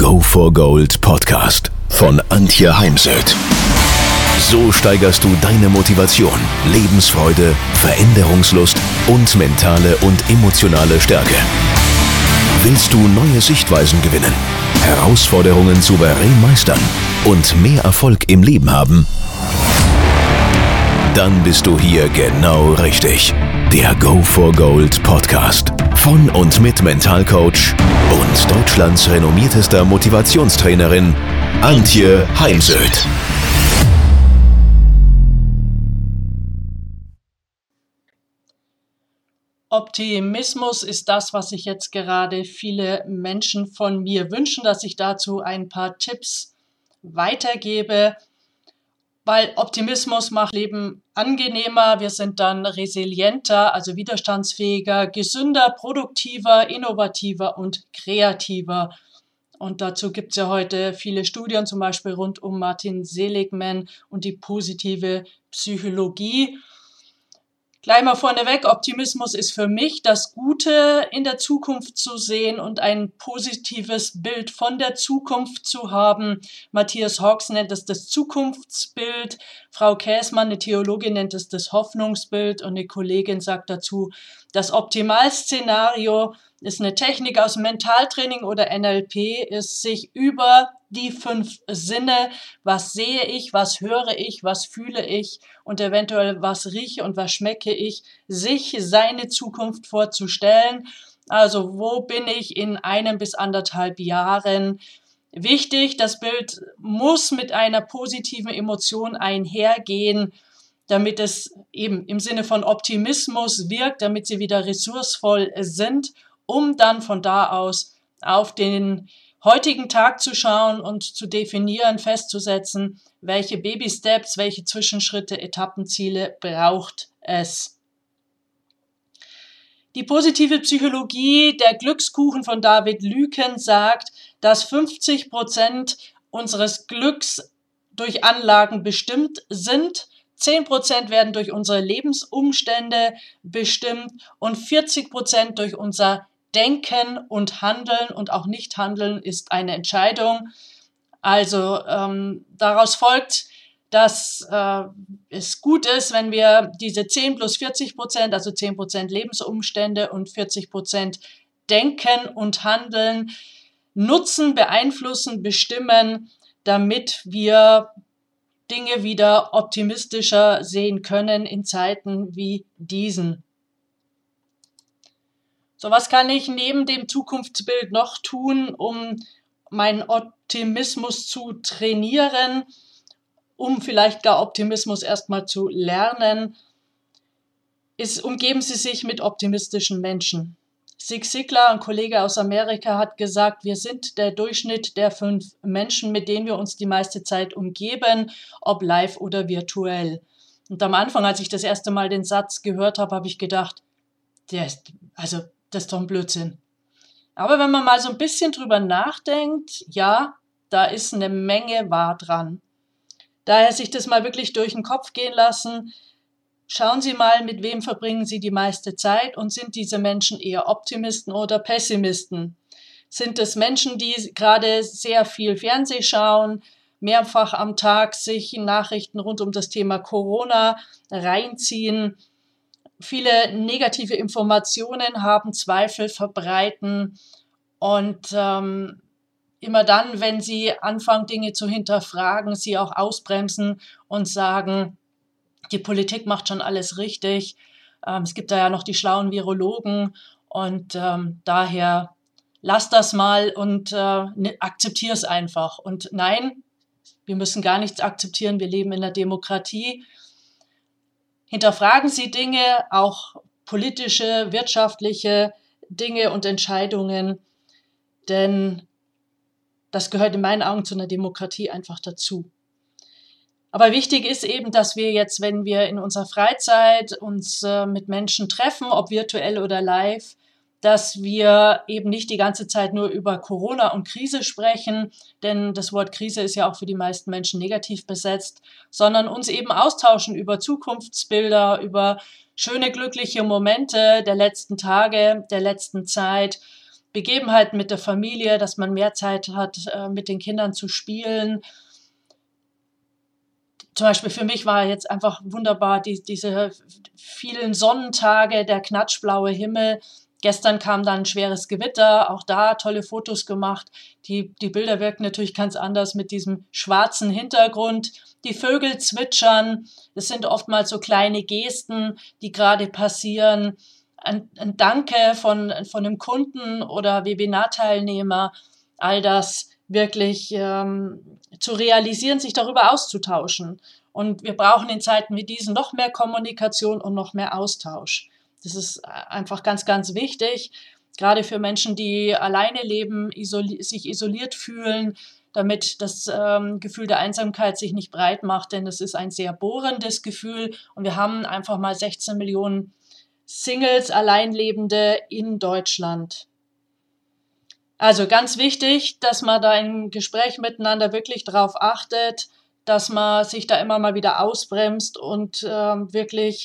Go for Gold Podcast von Antje Heimsöth. So steigerst du deine Motivation, Lebensfreude, Veränderungslust und mentale und emotionale Stärke. Willst du neue Sichtweisen gewinnen, Herausforderungen souverän meistern und mehr Erfolg im Leben haben? Dann bist du hier genau richtig. Der Go for Gold Podcast von und mit Mentalcoach und Deutschlands renommiertester Motivationstrainerin Antje Heimsöth. Optimismus ist das, was sich jetzt gerade viele Menschen von mir wünschen, dass ich dazu ein paar Tipps weitergebe, weil Optimismus macht Leben angenehmer, wir sind dann resilienter, also widerstandsfähiger, gesünder, produktiver, innovativer und kreativer. Und dazu gibt es ja heute viele Studien, zum Beispiel rund um Martin Seligman und die positive Psychologie. Gleich mal vorneweg, Optimismus ist für mich das Gute in der Zukunft zu sehen und ein positives Bild von der Zukunft zu haben. Matthias Hawkes nennt es das Zukunftsbild, Frau Käßmann, eine Theologin, nennt es das Hoffnungsbild und eine Kollegin sagt dazu, das Optimalszenario ist eine Technik aus Mentaltraining oder NLP, ist sich über die 5 Sinne, was sehe ich, was höre ich, was fühle ich und eventuell was rieche und was schmecke ich, sich seine Zukunft vorzustellen. Also wo bin ich in 1 bis 1,5 Jahren? Wichtig, das Bild muss mit einer positiven Emotion einhergehen, damit es eben im Sinne von Optimismus wirkt, damit sie wieder ressourcevoll sind, um dann von da aus auf den heutigen Tag zu schauen und zu definieren, festzusetzen, welche Baby-Steps, welche Zwischenschritte, Etappenziele braucht es. Die positive Psychologie, der Glückskuchen von David Lykken sagt, dass 50% unseres Glücks durch Anlagen bestimmt sind, 10% werden durch unsere Lebensumstände bestimmt und 40% durch unser Denken und Handeln und auch Nicht-Handeln ist eine Entscheidung. Also daraus folgt, dass es gut ist, wenn wir diese 10 plus 40%, also 10% Lebensumstände und 40% Denken und Handeln nutzen, beeinflussen, bestimmen, damit wir Dinge wieder optimistischer sehen können in Zeiten wie diesen. So, was kann ich neben dem Zukunftsbild noch tun, um meinen Optimismus zu trainieren, um vielleicht gar Optimismus erstmal zu lernen? Umgeben Sie sich mit optimistischen Menschen. Zig Ziglar, ein Kollege aus Amerika, hat gesagt, wir sind der Durchschnitt der 5 Menschen, mit denen wir uns die meiste Zeit umgeben, ob live oder virtuell. Und am Anfang, als ich das erste Mal den Satz gehört habe, habe ich gedacht, das ist doch ein Blödsinn. Aber wenn man mal so ein bisschen drüber nachdenkt, ja, da ist eine Menge wahr dran. Daher sich das mal wirklich durch den Kopf gehen lassen. Schauen Sie mal, mit wem verbringen Sie die meiste Zeit und sind diese Menschen eher Optimisten oder Pessimisten? Sind es Menschen, die gerade sehr viel Fernseh schauen, mehrfach am Tag sich Nachrichten rund um das Thema Corona reinziehen, viele negative Informationen haben, Zweifel verbreiten und immer dann, wenn sie anfangen, Dinge zu hinterfragen, sie auch ausbremsen und sagen, die Politik macht schon alles richtig. Es gibt da ja noch die schlauen Virologen und daher lass das mal und akzeptier es einfach. Und nein, wir müssen gar nichts akzeptieren, wir leben in der Demokratie. Hinterfragen Sie Dinge, auch politische, wirtschaftliche Dinge und Entscheidungen, denn das gehört in meinen Augen zu einer Demokratie einfach dazu. Aber wichtig ist eben, dass wir jetzt, wenn wir in unserer Freizeit uns mit Menschen treffen, ob virtuell oder live, dass wir eben nicht die ganze Zeit nur über Corona und Krise sprechen, denn das Wort Krise ist ja auch für die meisten Menschen negativ besetzt, sondern uns eben austauschen über Zukunftsbilder, über schöne, glückliche Momente der letzten Tage, der letzten Zeit, Begebenheiten mit der Familie, dass man mehr Zeit hat, mit den Kindern zu spielen. Zum Beispiel für mich war jetzt einfach wunderbar diese vielen Sonnentage, der knatschblaue Himmel. Gestern kam dann ein schweres Gewitter, auch da tolle Fotos gemacht. Die Bilder wirken natürlich ganz anders mit diesem schwarzen Hintergrund. Die Vögel zwitschern, es sind oftmals so kleine Gesten, die gerade passieren. Ein Danke von einem Kunden oder Webinarteilnehmer, all das wirklich zu realisieren, sich darüber auszutauschen. Und wir brauchen in Zeiten wie diesen noch mehr Kommunikation und noch mehr Austausch. Das ist einfach ganz, ganz wichtig, gerade für Menschen, die alleine leben, sich isoliert fühlen, damit das Gefühl der Einsamkeit sich nicht breit macht, denn es ist ein sehr bohrendes Gefühl und wir haben einfach mal 16 Millionen Singles, Alleinlebende in Deutschland. Also ganz wichtig, dass man da im Gespräch miteinander wirklich darauf achtet, dass man sich da immer mal wieder ausbremst und wirklich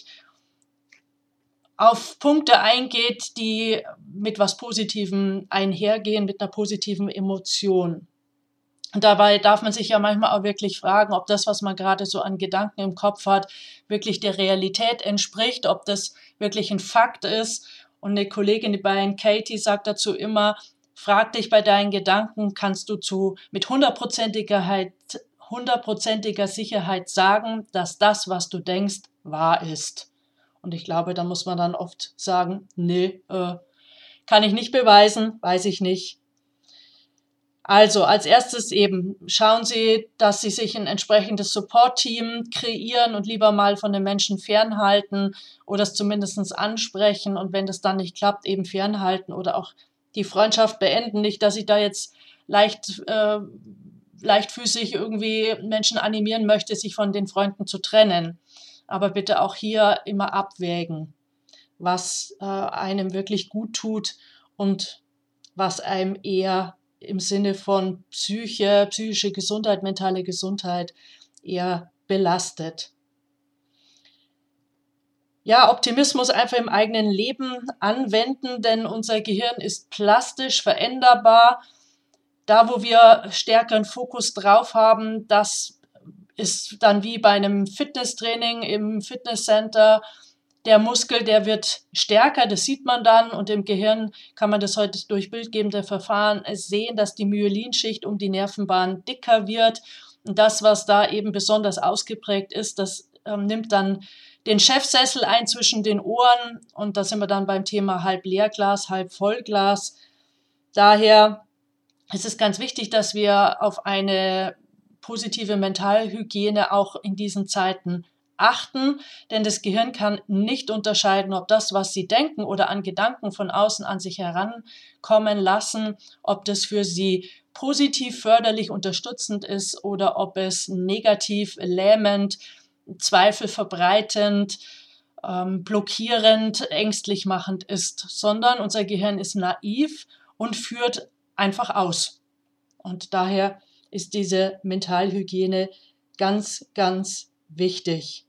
auf Punkte eingeht, die mit was Positivem einhergehen, mit einer positiven Emotion. Und dabei darf man sich ja manchmal auch wirklich fragen, ob das, was man gerade so an Gedanken im Kopf hat, wirklich der Realität entspricht, ob das wirklich ein Fakt ist. Und eine Kollegin bei Katie sagt dazu immer, frag dich bei deinen Gedanken, kannst du mit hundertprozentiger Sicherheit sagen, dass das, was du denkst, wahr ist. Und ich glaube, da muss man dann oft sagen, nee, kann ich nicht beweisen, weiß ich nicht. Also als erstes eben schauen Sie, dass Sie sich ein entsprechendes Support-Team kreieren und lieber mal von den Menschen fernhalten oder es zumindest ansprechen und wenn das dann nicht klappt, eben fernhalten oder auch die Freundschaft beenden. Nicht, dass ich da jetzt leichtfüßig irgendwie Menschen animieren möchte, sich von den Freunden zu trennen. Aber bitte auch hier immer abwägen, was einem wirklich gut tut und was einem eher im Sinne von psychische Gesundheit, mentale Gesundheit eher belastet. Ja, Optimismus einfach im eigenen Leben anwenden, denn unser Gehirn ist plastisch veränderbar. Da, wo wir stärkeren Fokus drauf haben, das ist dann wie bei einem Fitnesstraining im Fitnesscenter. Der Muskel, der wird stärker, das sieht man dann und im Gehirn kann man das heute durch bildgebende Verfahren sehen, dass die Myelinschicht um die Nervenbahn dicker wird und das, was da eben besonders ausgeprägt ist, das nimmt dann den Chefsessel ein zwischen den Ohren und da sind wir dann beim Thema halb Leerglas, halb Vollglas. Daher ist es ganz wichtig, dass wir auf eine positive Mentalhygiene auch in diesen Zeiten achten, denn das Gehirn kann nicht unterscheiden, ob das, was Sie denken oder an Gedanken von außen an sich herankommen lassen, ob das für Sie positiv, förderlich, unterstützend ist oder ob es negativ, lähmend, Zweifel verbreitend, blockierend, ängstlich machend ist, sondern unser Gehirn ist naiv und führt einfach aus. Und daher ist diese Mentalhygiene ganz, ganz wichtig.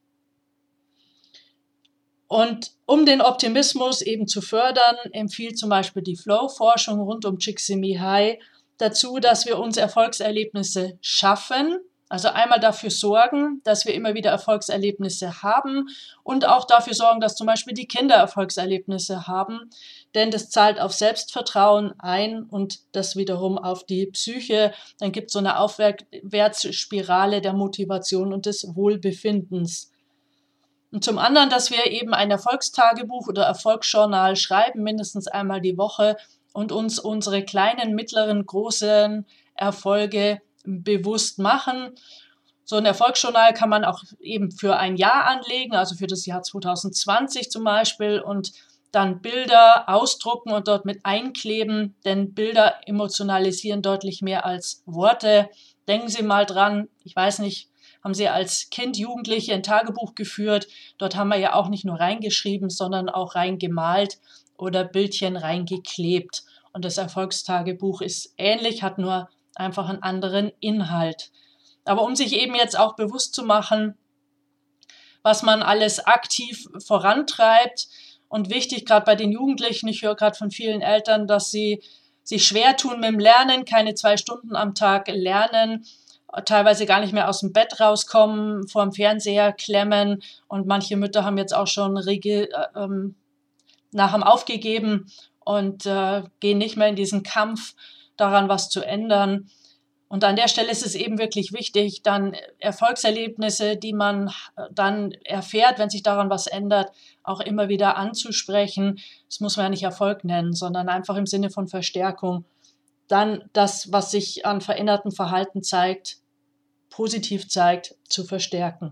Und um den Optimismus eben zu fördern, empfiehlt zum Beispiel die Flow-Forschung rund um Csikszentmihalyi dazu, dass wir uns Erfolgserlebnisse schaffen, also einmal dafür sorgen, dass wir immer wieder Erfolgserlebnisse haben und auch dafür sorgen, dass zum Beispiel die Kinder Erfolgserlebnisse haben, denn das zahlt auf Selbstvertrauen ein und das wiederum auf die Psyche. Dann gibt es so eine Aufwärtsspirale der Motivation und des Wohlbefindens. Und zum anderen, dass wir eben ein Erfolgstagebuch oder Erfolgsjournal schreiben, mindestens einmal die Woche und uns unsere kleinen, mittleren, großen Erfolge bewusst machen. So ein Erfolgsjournal kann man auch eben für ein Jahr anlegen, also für das Jahr 2020 zum Beispiel und dann Bilder ausdrucken und dort mit einkleben, denn Bilder emotionalisieren deutlich mehr als Worte. Denken Sie mal dran, ich weiß nicht, haben Sie als Kind, Jugendliche ein Tagebuch geführt? Dort haben wir ja auch nicht nur reingeschrieben, sondern auch reingemalt oder Bildchen reingeklebt. Und das Erfolgstagebuch ist ähnlich, hat nur einfach einen anderen Inhalt. Aber um sich eben jetzt auch bewusst zu machen, was man alles aktiv vorantreibt und wichtig, gerade bei den Jugendlichen, ich höre gerade von vielen Eltern, dass sie sich schwer tun mit dem Lernen, keine 2 Stunden am Tag lernen, teilweise gar nicht mehr aus dem Bett rauskommen, vor dem Fernseher klemmen, und manche Mütter haben jetzt auch schon nachher aufgegeben und gehen nicht mehr in diesen Kampf, daran was zu ändern. Und an der Stelle ist es eben wirklich wichtig, dann Erfolgserlebnisse, die man dann erfährt, wenn sich daran was ändert, auch immer wieder anzusprechen. Das muss man ja nicht Erfolg nennen, sondern einfach im Sinne von Verstärkung. Dann das, was sich an verändertem Verhalten zeigt, positiv zeigt, zu verstärken.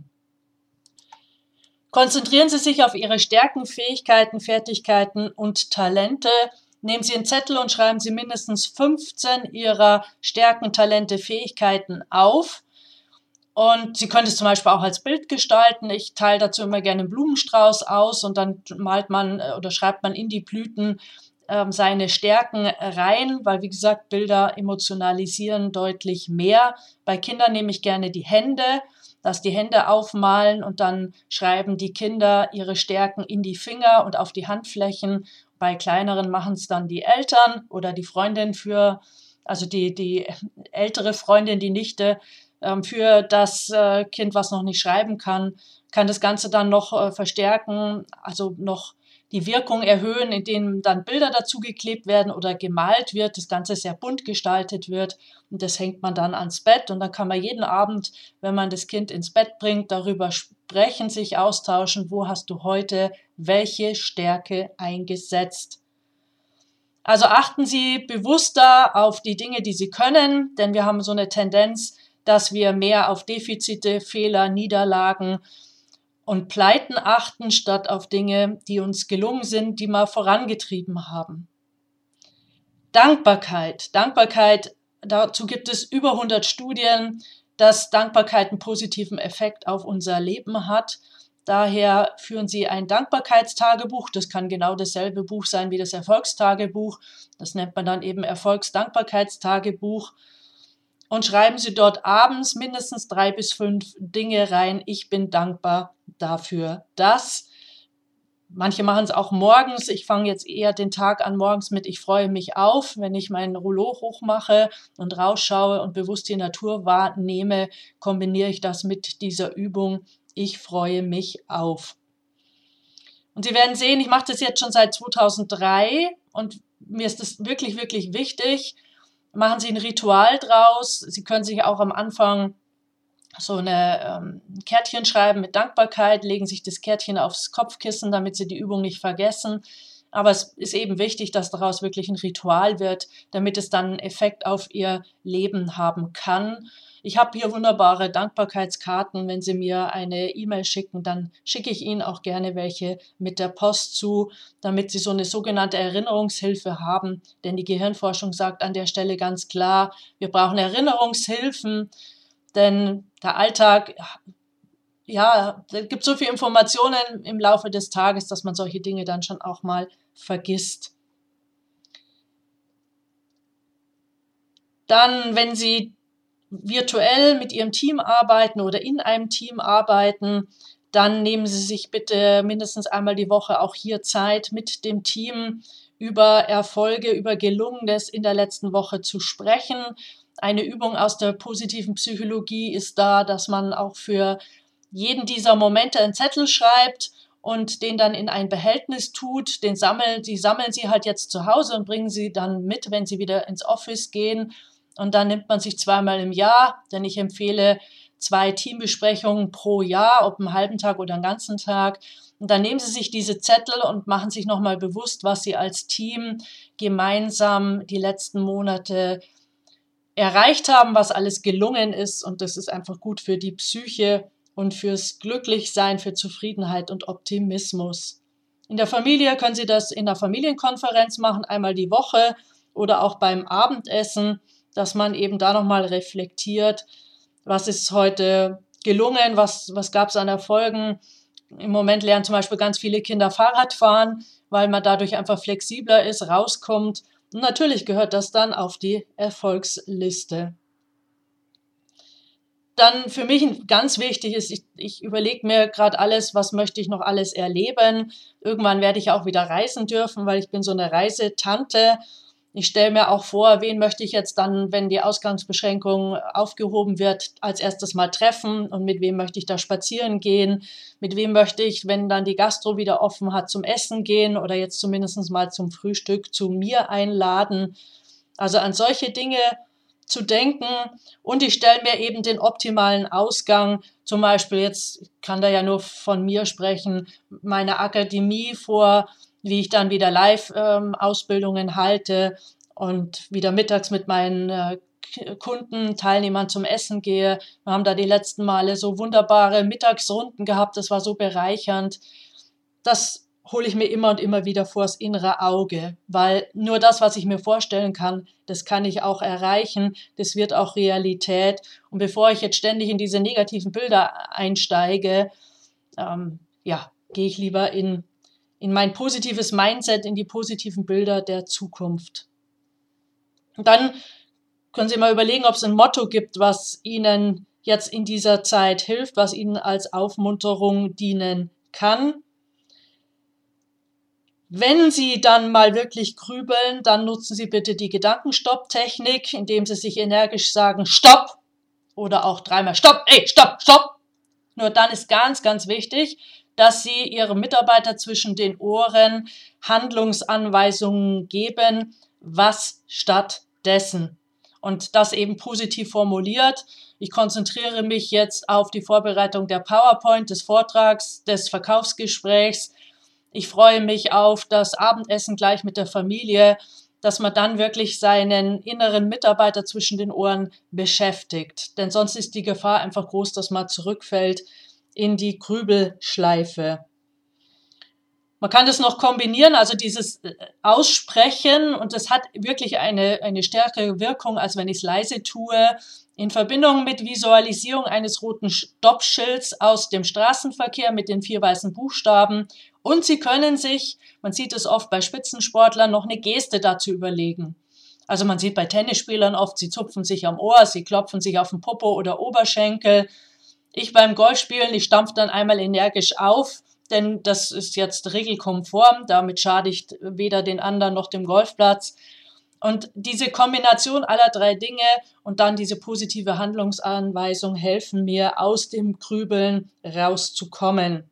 Konzentrieren Sie sich auf Ihre Stärken, Fähigkeiten, Fertigkeiten und Talente. Nehmen Sie einen Zettel und schreiben Sie mindestens 15 Ihrer Stärken, Talente, Fähigkeiten auf. Und Sie können es zum Beispiel auch als Bild gestalten. Ich teile dazu immer gerne einen Blumenstrauß aus und dann malt man oder schreibt man in die Blüten seine Stärken rein, weil, wie gesagt, Bilder emotionalisieren deutlich mehr. Bei Kindern nehme ich gerne die Hände, dass die Hände aufmalen und dann schreiben die Kinder ihre Stärken in die Finger und auf die Handflächen. Bei kleineren machen es dann die Eltern oder die Freundin also die ältere Freundin, die Nichte, für das Kind, was noch nicht schreiben kann das Ganze dann noch verstärken, also noch die Wirkung erhöhen, indem dann Bilder dazu geklebt werden oder gemalt wird, das Ganze sehr bunt gestaltet wird, und das hängt man dann ans Bett, und dann kann man jeden Abend, wenn man das Kind ins Bett bringt, darüber sprechen, sich austauschen, wo hast du heute welche Stärke eingesetzt. Also achten Sie bewusster auf die Dinge, die Sie können, denn wir haben so eine Tendenz, dass wir mehr auf Defizite, Fehler, Niederlagen und Pleiten achten, statt auf Dinge, die uns gelungen sind, die wir vorangetrieben haben. Dankbarkeit, dazu gibt es über 100 Studien, dass Dankbarkeit einen positiven Effekt auf unser Leben hat. Daher führen Sie ein Dankbarkeitstagebuch. Das kann genau dasselbe Buch sein wie das Erfolgstagebuch. Das nennt man dann eben Erfolgsdankbarkeitstagebuch. Und schreiben Sie dort abends mindestens 3 bis 5 Dinge rein. Ich bin dankbar dafür, dass. Manche machen es auch morgens. Ich fange jetzt eher den Tag an morgens mit ich freue mich auf. Wenn ich mein Rollo hochmache und rausschaue und bewusst die Natur wahrnehme, kombiniere ich das mit dieser Übung ich freue mich auf. Und Sie werden sehen, ich mache das jetzt schon seit 2003 und mir ist das wirklich, wirklich wichtig. Machen Sie ein Ritual draus. Sie können sich auch am Anfang so ein Kärtchen schreiben mit Dankbarkeit, legen sich das Kärtchen aufs Kopfkissen, damit Sie die Übung nicht vergessen. Aber es ist eben wichtig, dass daraus wirklich ein Ritual wird, damit es dann einen Effekt auf Ihr Leben haben kann. Ich habe hier wunderbare Dankbarkeitskarten. Wenn Sie mir eine E-Mail schicken, dann schicke ich Ihnen auch gerne welche mit der Post zu, damit Sie so eine sogenannte Erinnerungshilfe haben. Denn die Gehirnforschung sagt an der Stelle ganz klar, wir brauchen Erinnerungshilfen, denn der Alltag, ja, es gibt so viele Informationen im Laufe des Tages, dass man solche Dinge dann schon auch mal vergisst. Dann, wenn Sie virtuell mit Ihrem Team arbeiten oder in einem Team arbeiten, dann nehmen Sie sich bitte mindestens einmal die Woche auch hier Zeit, mit dem Team über Erfolge, über Gelungenes in der letzten Woche zu sprechen. Eine Übung aus der positiven Psychologie ist da, dass man auch für jeden dieser Momente einen Zettel schreibt und den dann in ein Behältnis tut. Die sammeln Sie halt jetzt zu Hause und bringen Sie dann mit, wenn Sie wieder ins Office gehen. Und dann nimmt man sich 2-mal im Jahr, denn ich empfehle 2 Teambesprechungen pro Jahr, ob einen halben Tag oder einen ganzen Tag. Und dann nehmen Sie sich diese Zettel und machen sich nochmal bewusst, was Sie als Team gemeinsam die letzten Monate erreicht haben, was alles gelungen ist. Und das ist einfach gut für die Psyche und fürs Glücklichsein, für Zufriedenheit und Optimismus. In der Familie können Sie das in der Familienkonferenz machen, einmal die Woche oder auch beim Abendessen, dass man eben da nochmal reflektiert, was ist heute gelungen, was gab es an Erfolgen. Im Moment lernen zum Beispiel ganz viele Kinder Fahrrad fahren, weil man dadurch einfach flexibler ist, rauskommt. Und natürlich gehört das dann auf die Erfolgsliste. Dann für mich ganz wichtig ist, ich überlege mir gerade alles, was möchte ich noch alles erleben. Irgendwann werde ich auch wieder reisen dürfen, weil ich bin so eine Reisetante. Ich stelle mir auch vor, wen möchte ich jetzt dann, wenn die Ausgangsbeschränkung aufgehoben wird, als erstes mal treffen und mit wem möchte ich da spazieren gehen, mit wem möchte ich, wenn dann die Gastro wieder offen hat, zum Essen gehen oder jetzt zumindest mal zum Frühstück zu mir einladen. Also an solche Dinge zu denken und ich stelle mir eben den optimalen Ausgang, zum Beispiel jetzt, ich kann da ja nur von mir sprechen, meine Akademie vor, wie ich dann wieder Live-Ausbildungen halte und wieder mittags mit meinen Kunden, Teilnehmern zum Essen gehe. Wir haben da die letzten Male so wunderbare Mittagsrunden gehabt, das war so bereichernd. Das hole ich mir immer und immer wieder vors innere Auge, weil nur das, was ich mir vorstellen kann, das kann ich auch erreichen, das wird auch Realität. Und bevor ich jetzt ständig in diese negativen Bilder einsteige, gehe ich lieber in mein positives Mindset, in die positiven Bilder der Zukunft. Und dann können Sie mal überlegen, ob es ein Motto gibt, was Ihnen jetzt in dieser Zeit hilft, was Ihnen als Aufmunterung dienen kann. Wenn Sie dann mal wirklich grübeln, dann nutzen Sie bitte die Gedankenstopp-Technik, indem Sie sich energisch sagen, Stopp! Oder auch dreimal Stopp, Stopp, Stopp! Nur dann ist ganz, ganz wichtig, dass Sie Ihrem Mitarbeiter zwischen den Ohren Handlungsanweisungen geben, was stattdessen. Und das eben positiv formuliert. Ich konzentriere mich jetzt auf die Vorbereitung der PowerPoint, des Vortrags, des Verkaufsgesprächs. Ich freue mich auf das Abendessen gleich mit der Familie, dass man dann wirklich seinen inneren Mitarbeiter zwischen den Ohren beschäftigt. Denn sonst ist die Gefahr einfach groß, dass man zurückfällt in die Grübelschleife. Man kann das noch kombinieren, also dieses Aussprechen, und das hat wirklich eine stärkere Wirkung, als wenn ich es leise tue, in Verbindung mit Visualisierung eines roten Stoppschilds aus dem Straßenverkehr mit den 4 weißen Buchstaben. Und Sie können sich, man sieht es oft bei Spitzensportlern, noch eine Geste dazu überlegen. Also man sieht bei Tennisspielern oft, sie zupfen sich am Ohr, sie klopfen sich auf den Popo oder Oberschenkel. Ich beim Golfspielen, ich stampfe dann einmal energisch auf, denn das ist jetzt regelkonform, damit schade ich weder den anderen noch dem Golfplatz. Und diese Kombination aller 3 Dinge und dann diese positive Handlungsanweisung helfen mir, aus dem Grübeln rauszukommen.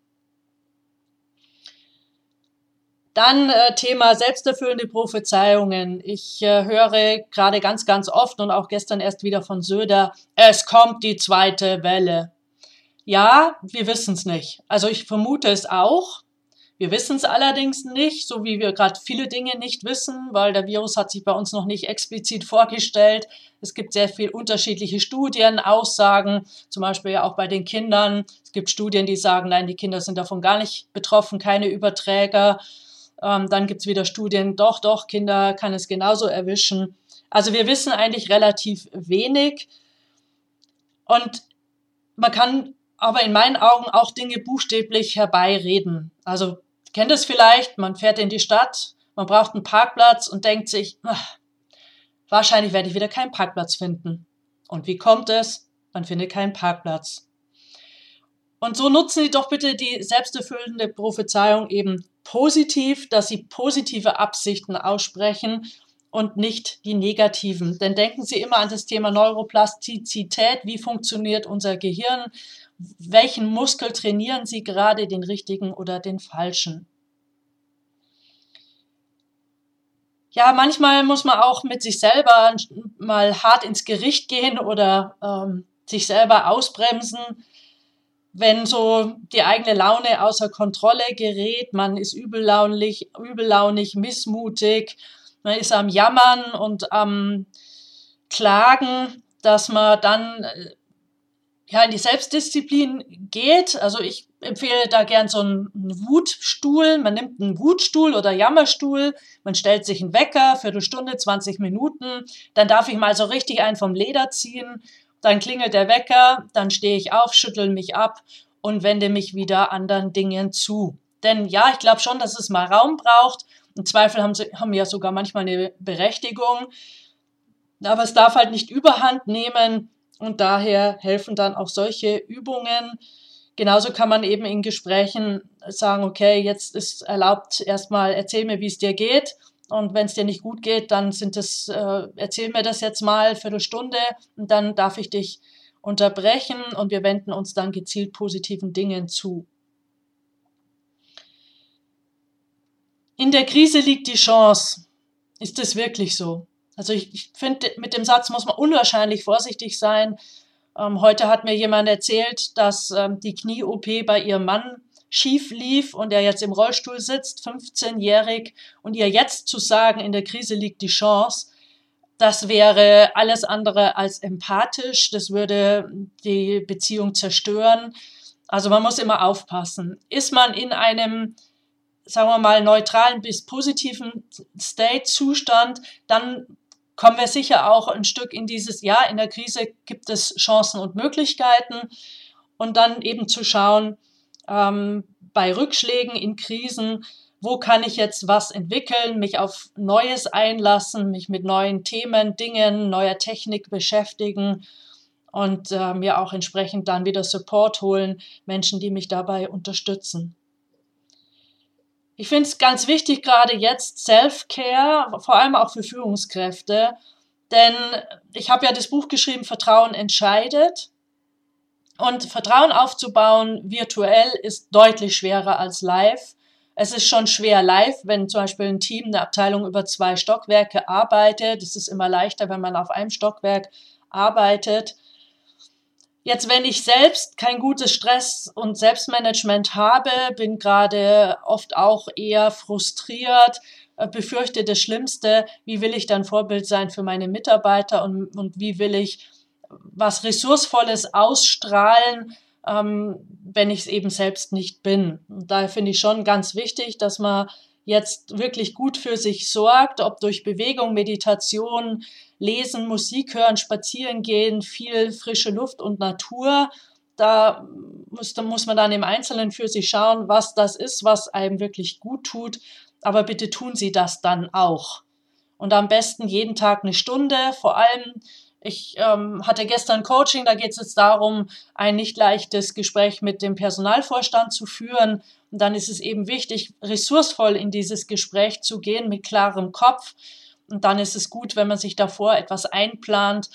Dann Thema selbsterfüllende Prophezeiungen. Ich höre gerade ganz, ganz oft und auch gestern erst wieder von Söder, es kommt die zweite Welle. Ja, wir wissen es nicht. Also ich vermute es auch. Wir wissen es allerdings nicht, so wie wir gerade viele Dinge nicht wissen, weil der Virus hat sich bei uns noch nicht explizit vorgestellt. Es gibt sehr viel unterschiedliche Studien, Aussagen, zum Beispiel ja auch bei den Kindern. Es gibt Studien, die sagen, nein, die Kinder sind davon gar nicht betroffen, keine Überträger. Dann gibt es wieder Studien, doch, Kinder kann es genauso erwischen. Also wir wissen eigentlich relativ wenig. Und man kann aber in meinen Augen auch Dinge buchstäblich herbeireden. Also kennt es vielleicht, man fährt in die Stadt, man braucht einen Parkplatz und denkt sich, wahrscheinlich werde ich wieder keinen Parkplatz finden. Und wie kommt es? Man findet keinen Parkplatz. Und so nutzen Sie doch bitte die selbsterfüllende Prophezeiung eben positiv, dass Sie positive Absichten aussprechen und nicht die negativen. Denn denken Sie immer an das Thema Neuroplastizität. Wie funktioniert unser Gehirn? Welchen Muskel trainieren Sie gerade, den richtigen oder den falschen? Ja, manchmal muss man auch mit sich selber mal hart ins Gericht gehen oder sich selber ausbremsen, wenn so die eigene Laune außer Kontrolle gerät. Man ist übellaunig, missmutig, man ist am Jammern und am Klagen, dass man dann in die Selbstdisziplin geht. Also ich empfehle da gern so einen Wutstuhl. Man nimmt einen Wutstuhl oder Jammerstuhl, man stellt sich einen Wecker, Viertelstunde, 20 Minuten, dann darf ich mal so richtig einen vom Leder ziehen, dann klingelt der Wecker, dann stehe ich auf, schüttel mich ab und wende mich wieder anderen Dingen zu. Denn ja, ich glaube schon, dass es mal Raum braucht. Im Zweifel haben ja sogar manchmal eine Berechtigung, aber es darf halt nicht überhand nehmen. Und daher helfen dann auch solche Übungen. Genauso kann man eben in Gesprächen sagen, okay, jetzt ist erlaubt, erstmal erzähl mir, wie es dir geht. Und wenn es dir nicht gut geht, dann erzähl mir das jetzt mal, Viertelstunde, und dann darf ich dich unterbrechen und wir wenden uns dann gezielt positiven Dingen zu. In der Krise liegt die Chance. Ist es wirklich so? Also ich finde, mit dem Satz muss man unwahrscheinlich vorsichtig sein. Heute hat mir jemand erzählt, dass die Knie-OP bei ihrem Mann schief lief und er jetzt im Rollstuhl sitzt, 15-jährig, und ihr jetzt zu sagen, in der Krise liegt die Chance, das wäre alles andere als empathisch, das würde die Beziehung zerstören. Also man muss immer aufpassen. Ist man in einem, sagen wir mal, neutralen bis positiven State-Zustand, dann kommen wir sicher auch ein Stück in dieses, ja, in der Krise gibt es Chancen und Möglichkeiten, und dann eben zu schauen, bei Rückschlägen in Krisen, wo kann ich jetzt was entwickeln, mich auf Neues einlassen, mich mit neuen Themen, Dingen, neuer Technik beschäftigen und mir auch entsprechend dann wieder Support holen, Menschen, die mich dabei unterstützen. Ich finde es ganz wichtig, gerade jetzt Self-Care, vor allem auch für Führungskräfte, denn ich habe ja das Buch geschrieben, Vertrauen entscheidet. Und Vertrauen aufzubauen virtuell ist deutlich schwerer als live. Es ist schon schwer live, wenn zum Beispiel ein Team, eine Abteilung über 2 Stockwerke arbeitet. Es ist immer leichter, wenn man auf einem Stockwerk arbeitet. Jetzt, wenn ich selbst kein gutes Stress- und Selbstmanagement habe, bin gerade oft auch eher frustriert, befürchte das Schlimmste, wie will ich dann Vorbild sein für meine Mitarbeiter und wie will ich was Ressourcevolles ausstrahlen, wenn ich es eben selbst nicht bin. Und daher finde ich schon ganz wichtig, dass man jetzt wirklich gut für sich sorgt, ob durch Bewegung, Meditation, Lesen, Musik hören, spazieren gehen, viel frische Luft und Natur. Da muss man dann im Einzelnen für sich schauen, was das ist, was einem wirklich gut tut. Aber bitte tun Sie das dann auch. Und am besten jeden Tag 1 Stunde, vor allem. Ich hatte gestern Coaching, da geht es jetzt darum, ein nicht leichtes Gespräch mit dem Personalvorstand zu führen. Und dann ist es eben wichtig, ressourcevoll in dieses Gespräch zu gehen, mit klarem Kopf. Und dann ist es gut, wenn man sich davor etwas einplant,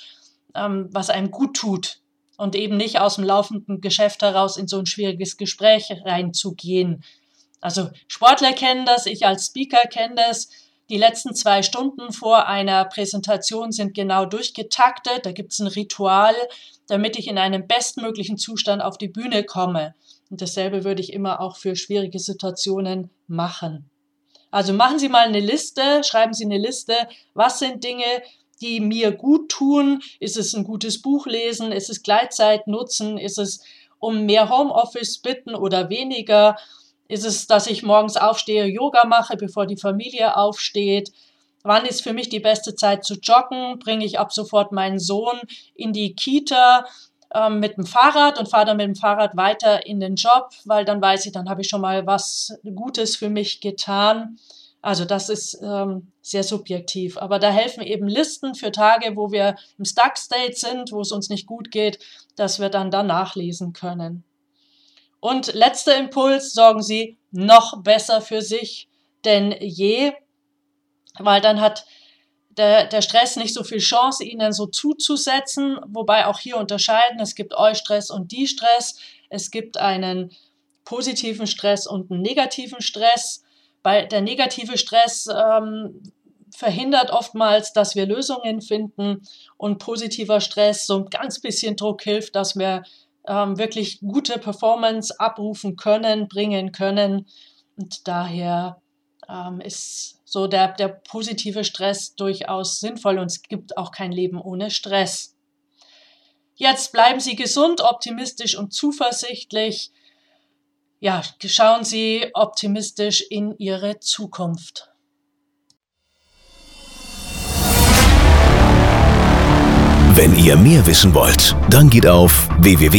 was einem gut tut. Und eben nicht aus dem laufenden Geschäft heraus in so ein schwieriges Gespräch reinzugehen. Also Sportler kennen das, ich als Speaker kenne das. Die letzten 2 Stunden vor einer Präsentation sind genau durchgetaktet. Da gibt es ein Ritual, damit ich in einem bestmöglichen Zustand auf die Bühne komme. Und dasselbe würde ich immer auch für schwierige Situationen machen. Also machen Sie mal eine Liste, schreiben Sie eine Liste, was sind Dinge, die mir gut tun? Ist es ein gutes Buch lesen? Ist es Gleitzeit nutzen? Ist es um mehr Homeoffice bitten oder weniger? Ist es, dass ich morgens aufstehe, Yoga mache, bevor die Familie aufsteht? Wann ist für mich die beste Zeit zu joggen? Bringe ich ab sofort meinen Sohn in die Kita mit dem Fahrrad und fahre dann mit dem Fahrrad weiter in den Job, weil dann weiß ich, dann habe ich schon mal was Gutes für mich getan. Also das ist sehr subjektiv. Aber da helfen eben Listen für Tage, wo wir im Stuck-State sind, wo es uns nicht gut geht, dass wir dann nachlesen können. Und letzter Impuls, sorgen Sie noch besser für sich denn je, weil dann hat der Stress nicht so viel Chance, Ihnen so zuzusetzen, wobei auch hier unterscheiden, es gibt Eustress und Distress, es gibt einen positiven Stress und einen negativen Stress. Der negative Stress verhindert oftmals, dass wir Lösungen finden, und positiver Stress, so ein ganz bisschen Druck hilft, dass wir wirklich gute Performance abrufen können, bringen können. Und daher ist so der positive Stress durchaus sinnvoll, und es gibt auch kein Leben ohne Stress. Jetzt bleiben Sie gesund, optimistisch und zuversichtlich. Ja, schauen Sie optimistisch in Ihre Zukunft. Wenn ihr mehr wissen wollt, dann geht auf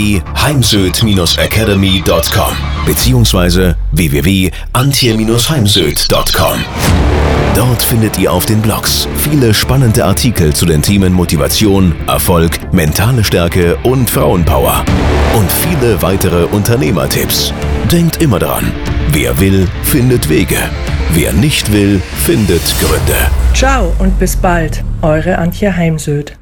www.heimsöd-academy.com bzw. www.antje-heimsöd.com. Dort findet ihr auf den Blogs viele spannende Artikel zu den Themen Motivation, Erfolg, mentale Stärke und Frauenpower und viele weitere Unternehmertipps. Denkt immer daran, wer will, findet Wege. Wer nicht will, findet Gründe. Ciao und bis bald, eure Antje Heimsöth.